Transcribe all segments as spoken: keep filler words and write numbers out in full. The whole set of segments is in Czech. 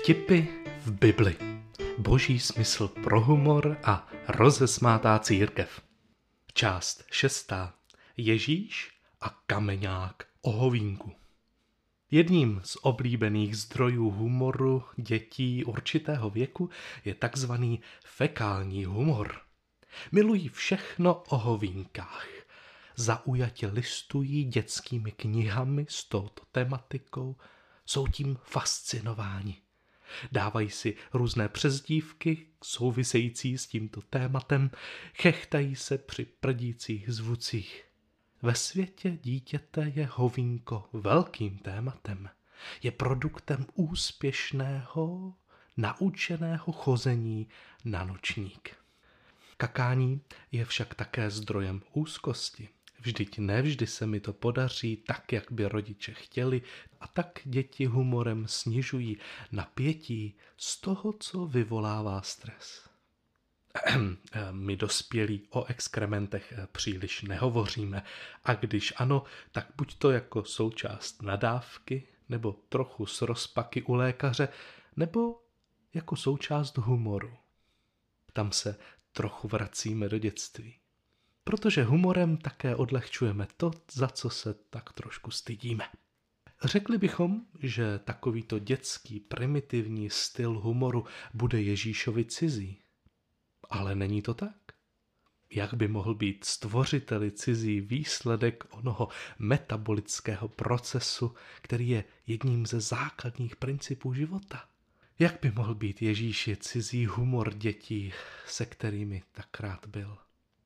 Vtipy v Bibli. Boží smysl pro humor a rozesmátá církev. Část šestá. Ježíš a kameňák o hovínku. Jedním z oblíbených zdrojů humoru dětí určitého věku je takzvaný fekální humor. Milují všechno o hovínkách. Zaujatě listují dětskými knihami s touto tematikou, jsou tím fascinováni. Dávají si různé přezdívky související s tímto tématem, chechtají se při prdících zvucích. Ve světě dítěte je hovínko velkým tématem. Je produktem úspěšného, naučeného chození na nočník. Kakání je však také zdrojem úzkosti. Vždyť nevždy se mi to podaří tak, jak by rodiče chtěli, a tak děti humorem snižují napětí z toho, co vyvolává stres. My dospělí o exkrementech příliš nehovoříme, a když ano, tak buď to jako součást nadávky, nebo trochu s rozpaky u lékaře, nebo jako součást humoru. Tam se trochu vracíme do dětství. Protože humorem také odlehčujeme to, za co se tak trošku stydíme. Řekli bychom, že takovýto dětský primitivní styl humoru bude Ježíšovi cizí. Ale není to tak. Jak by mohl být stvořiteli cizí výsledek onoho metabolického procesu, který je jedním ze základních principů života? Jak by mohl být Ježíši cizí humor dětí, se kterými tak rád byl?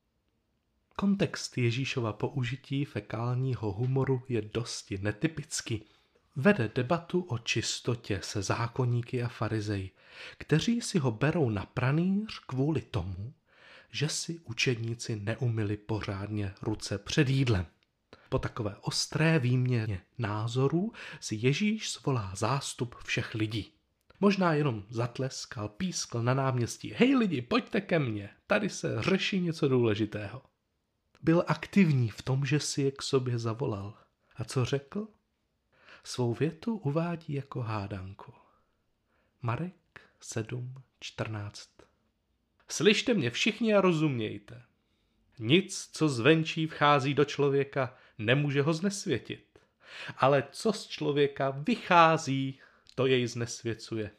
Kontext Ježíšova použití fekálního humoru je dosti netypický. Vede debatu o čistotě se zákonníky a farizeji, kteří si ho berou na pranýř kvůli tomu, že si učedníci neumyli pořádně ruce před jídlem. Po takové ostré výměně názorů si Ježíš svolá zástup všech lidí. Možná jenom zatleskal, pískl na náměstí: hej lidi, pojďte ke mně, tady se řeší něco důležitého. Byl aktivní v tom, že si je k sobě zavolal. A co řekl? Svou větu uvádí jako hádanku. Marek sedm čtrnáct. Slyšte mě všichni a rozumějte. Nic, co zvenčí vchází do člověka, nemůže ho znesvětit. Ale co z člověka vychází, to jej znesvěcuje.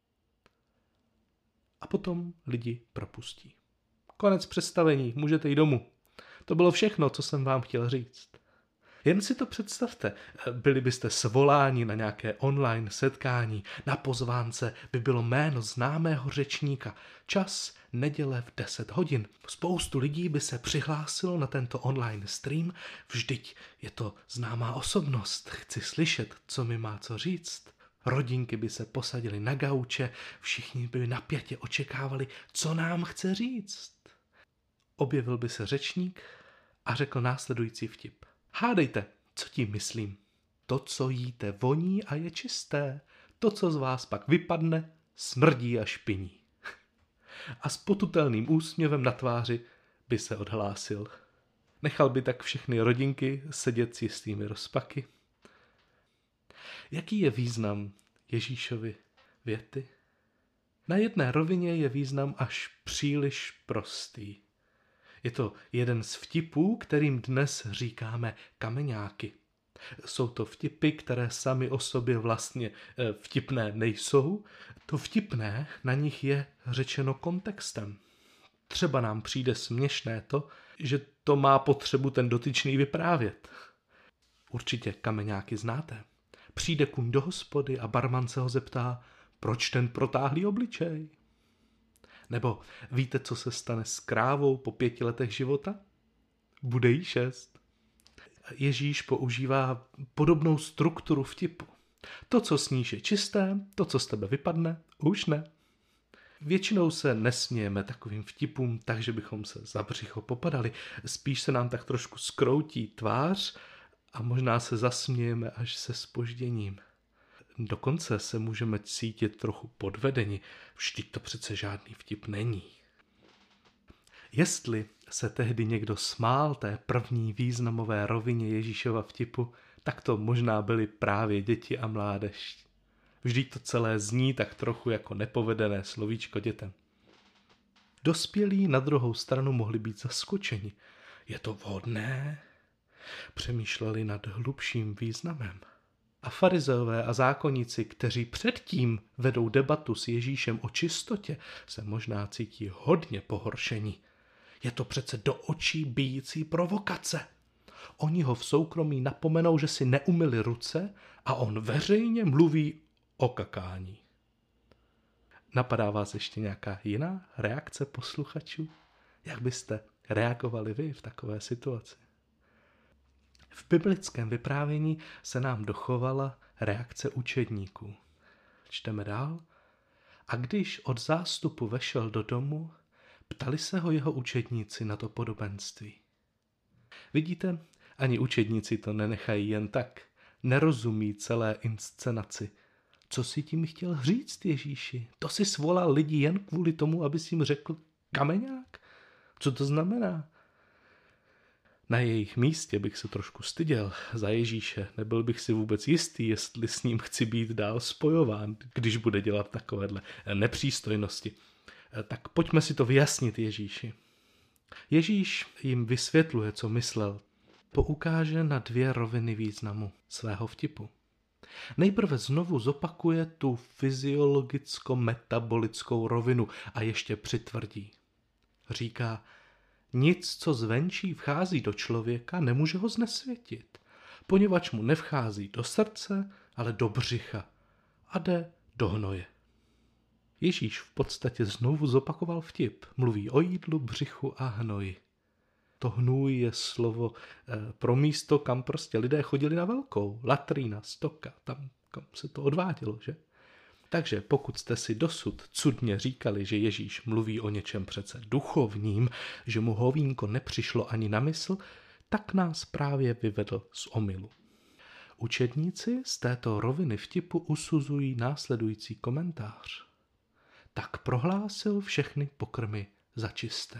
A potom lidi propustí. Konec představení, můžete jít domů. To bylo všechno, co jsem vám chtěl říct. Jen si to představte, byli byste svoláni na nějaké online setkání, na pozvánce by bylo jméno známého řečníka, čas neděle v deset hodin. Spoustu lidí by se přihlásilo na tento online stream, vždyť je to známá osobnost, chci slyšet, co mi má co říct. Rodinky by se posadily na gauče, všichni by napjatě očekávali, co nám chce říct. Objevil by se řečník a řekl následující vtip. Hádejte, co tím myslím. To, co jíte, voní a je čisté. To, co z vás pak vypadne, smrdí a špiní. A s potutelným úsměvem na tváři by se odhlásil. Nechal by tak všechny rodinky sedět s jistými rozpaky. Jaký je význam Ježíšovy věty? Na jedné rovině je význam až příliš prostý. Je to jeden z vtipů, kterým dnes říkáme kameňáky. Jsou to vtipy, které sami o sobě vlastně vtipné nejsou. To vtipné na nich je řečeno kontextem. Třeba nám přijde směšné to, že to má potřebu ten dotyčný vyprávět. Určitě kameňáky znáte. Přijde kuň do hospody a barman se ho zeptá, proč ten protáhlý obličej? Nebo víte, co se stane s krávou po pěti letech života? Bude jí šest. Ježíš používá podobnou strukturu vtipu. To, co sníš, je čisté, to, co z tebe vypadne, už ne. Většinou se nesmějeme takovým vtipům, takže bychom se za břicho popadali. Spíš se nám tak trošku zkroutí tvář a možná se zasmějeme až se zpožděním. Dokonce se můžeme cítit trochu podvedeni, vždyť to přece žádný vtip není. Jestli se tehdy někdo smál té první významové rovině Ježíšova vtipu, tak to možná byly právě děti a mládež. Vždyť to celé zní tak trochu jako nepovedené slovíčko dětem. Dospělí na druhou stranu mohli být zaskočeni. Je to vhodné? Přemýšleli nad hlubším významem. A farizeové a zákonníci, kteří předtím vedou debatu s Ježíšem o čistotě, se možná cítí hodně pohoršení. Je to přece do očí bijící provokace. Oni ho v soukromí napomenou, že si neumyli ruce a on veřejně mluví o kakání. Napadá vás ještě nějaká jiná reakce posluchačů? Jak byste reagovali vy v takové situaci? V biblickém vyprávění se nám dochovala reakce učedníků. Čteme dál. A když od zástupu vešel do domu, ptali se ho jeho učedníci na to podobenství. Vidíte, ani učedníci to nenechají jen tak. Nerozumí celé inscenaci. Co si tím chtěl říct, Ježíši? To si svolal lidi jen kvůli tomu, aby si jim řekl kameňák? Co to znamená? Na jejich místě bych se trošku styděl za Ježíše. Nebyl bych si vůbec jistý, jestli s ním chci být dál spojován, když bude dělat takovéhle nepřístojnosti. Tak pojďme si to vyjasnit, Ježíši. Ježíš jim vysvětluje, co myslel. Poukáže na dvě roviny významu svého vtipu. Nejprve znovu zopakuje tu fyziologicko-metabolickou rovinu a ještě přitvrdí. Říká, nic, co zvenčí vchází do člověka, nemůže ho znesvětit, poněvadž mu nevchází do srdce, ale do břicha a jde do hnoje. Ježíš v podstatě znovu zopakoval vtip. Mluví o jídlu, břichu a hnoji. To hnůj je slovo eh, pro místo, kam prostě lidé chodili na velkou. Latrína, stoka, tam kam se to odvádělo, že? Takže pokud jste si dosud cudně říkali, že Ježíš mluví o něčem přece duchovním, že mu hovínko nepřišlo ani na mysl, tak nás právě vyvedl z omylu. Učedníci z této roviny vtipu usuzují následující komentář. Tak prohlásil všechny pokrmy za čisté.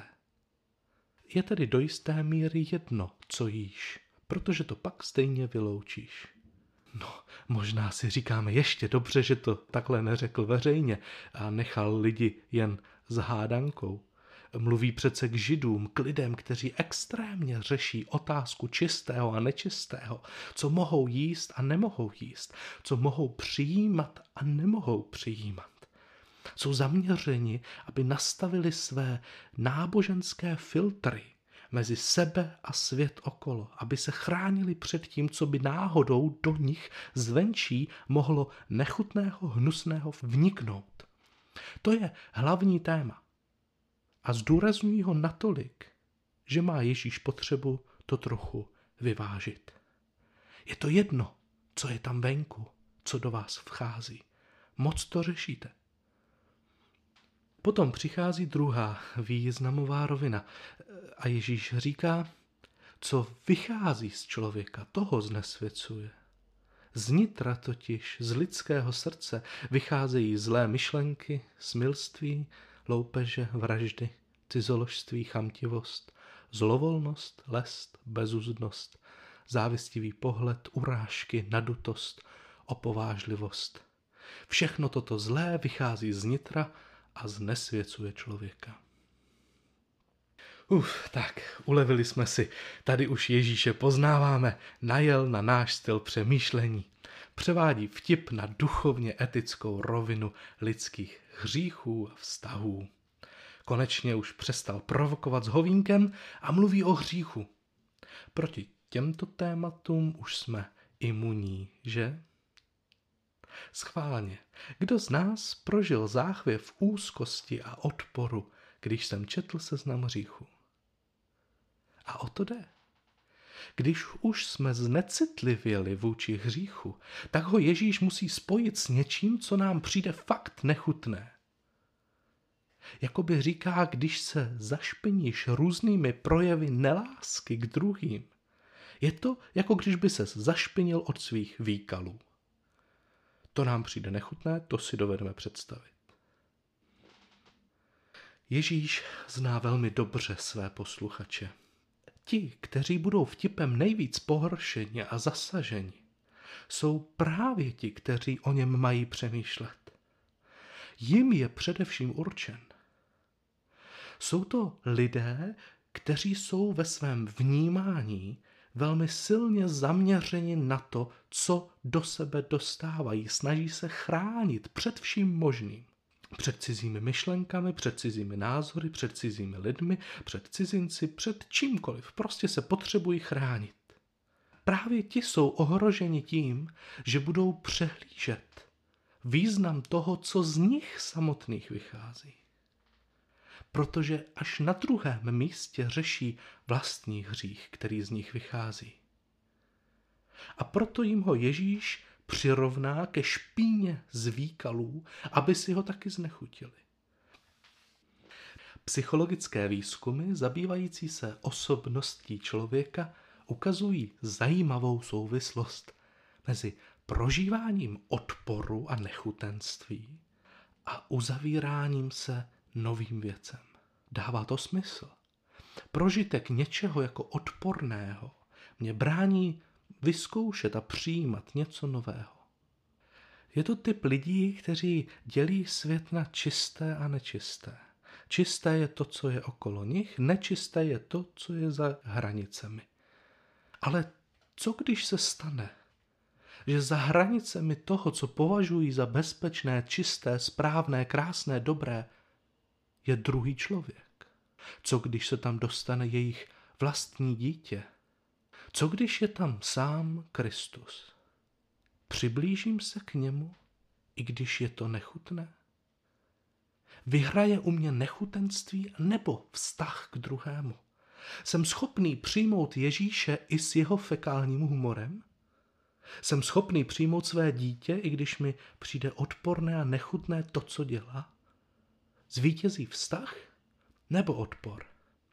Je tedy do jisté míry jedno, co jíš, protože to pak stejně vyloučíš. No, možná si říkáme ještě dobře, že to takhle neřekl veřejně a nechal lidi jen s hádankou. Mluví přece k Židům, k lidem, kteří extrémně řeší otázku čistého a nečistého, co mohou jíst a nemohou jíst, co mohou přijímat a nemohou přijímat. Jsou zaměřeni, aby nastavili své náboženské filtry mezi sebe a svět okolo, aby se chránili před tím, co by náhodou do nich zvenčí mohlo nechutného, hnusného vniknout. To je hlavní téma. A zdůrazňují ho natolik, že má Ježíš potřebu to trochu vyvážit. Je to jedno, co je tam venku, co do vás vchází. Moc to řešíte. Potom přichází druhá významová rovina a Ježíš říká, co vychází z člověka, toho znesvěcuje. Znitra totiž, z lidského srdce, vycházejí zlé myšlenky, smilství, loupeže, vraždy, cizoložství, chamtivost, zlovolnost, lest, bezuzdnost, závistivý pohled, urážky, nadutost, opovážlivost. Všechno toto zlé vychází z nitra a znesvěcuje člověka. Uf, tak, ulevili jsme si. Tady už Ježíše poznáváme, najel na náš styl přemýšlení. Převádí vtip na duchovně etickou rovinu lidských hříchů a vztahů. Konečně už přestal provokovat s hovínkem a mluví o hříchu. Proti těmto tématům už jsme imunní, že? Schválně, kdo z nás prožil záchvěv úzkosti a odporu, když jsem četl seznam hříchu? A o to jde. Když už jsme znecitlivěli vůči hříchu, tak ho Ježíš musí spojit s něčím, co nám přijde fakt nechutné. Jakoby říká, když se zašpiníš různými projevy nelásky k druhým, je to, jako když by ses zašpinil od svých výkalů. To nám přijde nechutné, to si dovedeme představit. Ježíš zná velmi dobře své posluchače. Ti, kteří budou vtipem nejvíc pohoršeni a zasaženi, jsou právě ti, kteří o něm mají přemýšlet. Jim je především určen. Jsou to lidé, kteří jsou ve svém vnímání velmi silně zaměřeni na to, co do sebe dostávají. Snaží se chránit před vším možným. Před cizími myšlenkami, před cizími názory, před cizími lidmi, před cizinci, před čímkoliv. Prostě se potřebují chránit. Právě ti jsou ohroženi tím, že budou přehlížet význam toho, co z nich samotných vychází. Protože až na druhém místě řeší vlastní hřích, který z nich vychází. A proto jim ho Ježíš přirovná ke špíně zvíkalů, aby si ho taky znechutili. Psychologické výzkumy zabývající se osobností člověka ukazují zajímavou souvislost mezi prožíváním odporu a nechutenství a uzavíráním se novým věcem. Dává to smysl. Prožitek něčeho jako odporného mě brání vyzkoušet a přijímat něco nového. Je to typ lidí, kteří dělí svět na čisté a nečisté. Čisté je to, co je okolo nich, nečisté je to, co je za hranicemi. Ale co když se stane, že za hranicemi toho, co považují za bezpečné, čisté, správné, krásné, dobré, je druhý člověk? Co když se tam dostane jejich vlastní dítě? Co když je tam sám Kristus? Přiblížím se k němu, i když je to nechutné? Vyhraje u mě nechutenství nebo vztah k druhému? Jsem schopný přijmout Ježíše i s jeho fekálním humorem? Jsem schopný přijmout své dítě, i když mi přijde odporné a nechutné to, co dělá? Zvítězí vztah nebo odpor?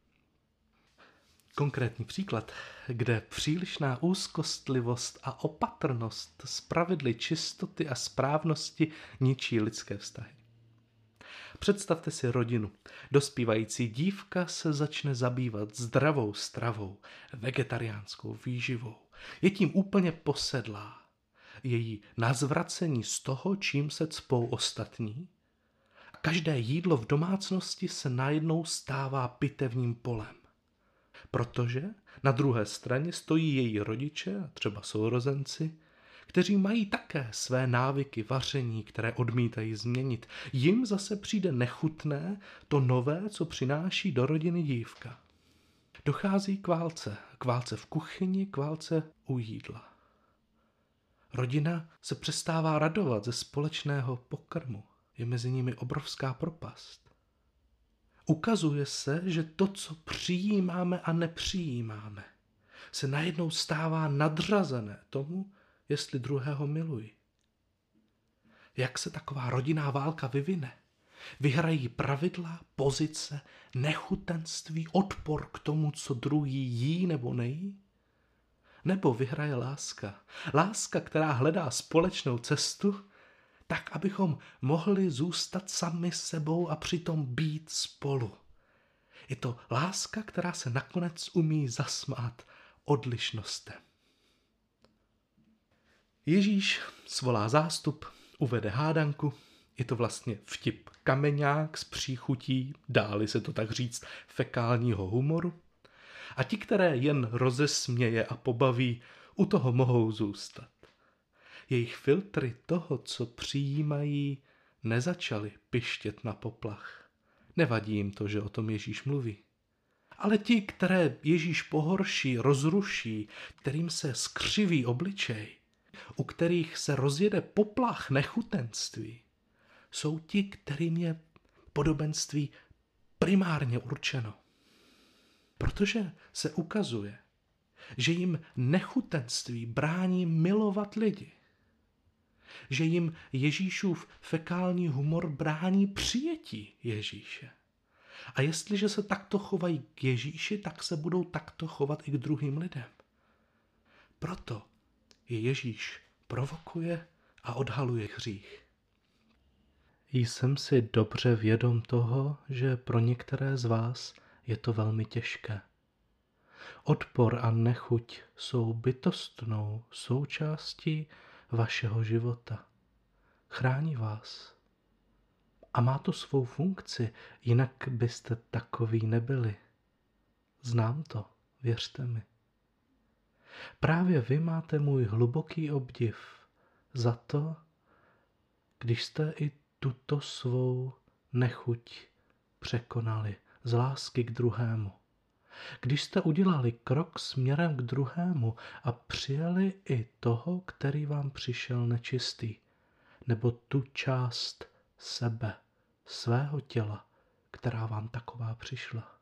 Konkrétní příklad, kde přílišná úzkostlivost a opatrnost s pravidly čistoty a správnosti ničí lidské vztahy. Představte si rodinu. Dospívající dívka se začne zabývat zdravou stravou, vegetariánskou výživou. Je tím úplně posedlá. Její nazvracení z toho, čím se cpou ostatní. Každé jídlo v domácnosti se najednou stává pitevním polem. Protože na druhé straně stojí její rodiče, třeba sourozenci, kteří mají také své návyky vaření, které odmítají změnit. Jim zase přijde nechutné to nové, co přináší do rodiny dívka. Dochází k válce. K válce v kuchyni, k válce u jídla. Rodina se přestává radovat ze společného pokrmu. Je mezi nimi obrovská propast. Ukazuje se, že to, co přijímáme a nepřijímáme, se najednou stává nadřazené tomu, jestli druhého miluji. Jak se taková rodinná válka vyvine? Vyhrají pravidla, pozice, nechutenství, odpor k tomu, co druhý jí nebo nejí? Nebo vyhraje láska? Láska, která hledá společnou cestu, tak, abychom mohli zůstat sami sebou a přitom být spolu. Je to láska, která se nakonec umí zasmát odlišnostem. Ježíš svolá zástup, uvede hádanku, je to vlastně vtip kameňák s příchutí, dáli se to tak říct, fekálního humoru. A ti, které jen rozesměje a pobaví, u toho mohou zůstat. Jejich filtry toho, co přijímají, nezačaly pištět na poplach. Nevadí jim to, že o tom Ježíš mluví. Ale ti, které Ježíš pohorší, rozruší, kterým se skřiví obličej, u kterých se rozjede poplach nechutenství, jsou ti, kterým je podobenství primárně určeno. Protože se ukazuje, že jim nechutenství brání milovat lidi. Že jim Ježíšův fekální humor brání přijetí Ježíše. A jestliže se takto chovají k Ježíši, tak se budou takto chovat i k druhým lidem. Proto je Ježíš provokuje a odhaluje hřích. Jsem si dobře vědom toho, že pro některé z vás je to velmi těžké. Odpor a nechuť jsou bytostnou součástí vašeho života. Chrání vás. A má to svou funkci, jinak byste takový nebyli. Znám to, věřte mi. Právě vy máte můj hluboký obdiv za to, když jste i tuto svou nechuť překonali z lásky k druhému. Když jste udělali krok směrem k druhému a přijali i toho, který vám přišel nečistý, nebo tu část sebe, svého těla, která vám taková přišla.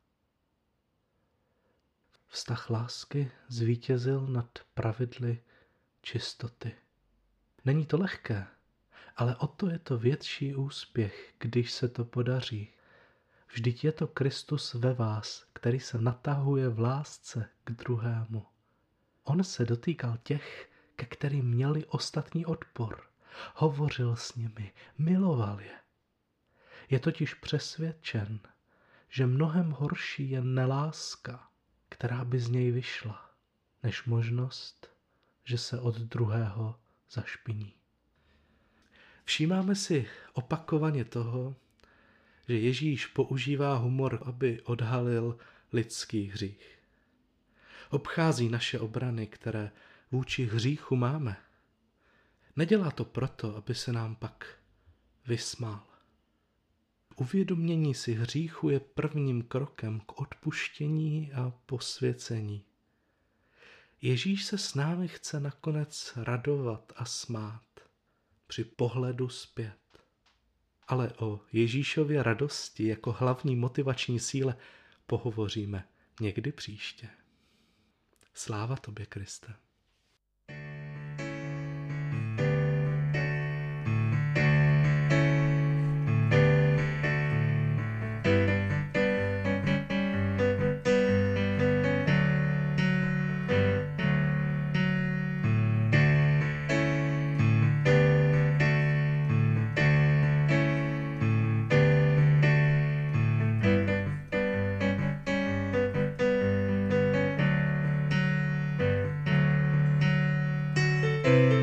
Vztah lásky zvítězil nad pravidly čistoty. Není to lehké, ale o to je to větší úspěch, když se to podaří. Vždyť je to Kristus ve vás, který se natahuje v lásce k druhému. On se dotýkal těch, ke kterým měli ostatní odpor. Hovořil s nimi, miloval je. Je totiž přesvědčen, že mnohem horší je neláska, která by z něj vyšla, než možnost, že se od druhého zašpiní. Všímáme si opakovaně toho, že Ježíš používá humor, aby odhalil lidský hřích. Obchází naše obrany, které vůči hříchu máme. Nedělá to proto, aby se nám pak vysmál. Uvědomění si hříchu je prvním krokem k odpuštění a posvěcení. Ježíš se s námi chce nakonec radovat a smát při pohledu zpět. Ale o Ježíšově radosti jako hlavní motivační síle pohovoříme někdy příště. Sláva tobě, Kriste. thank you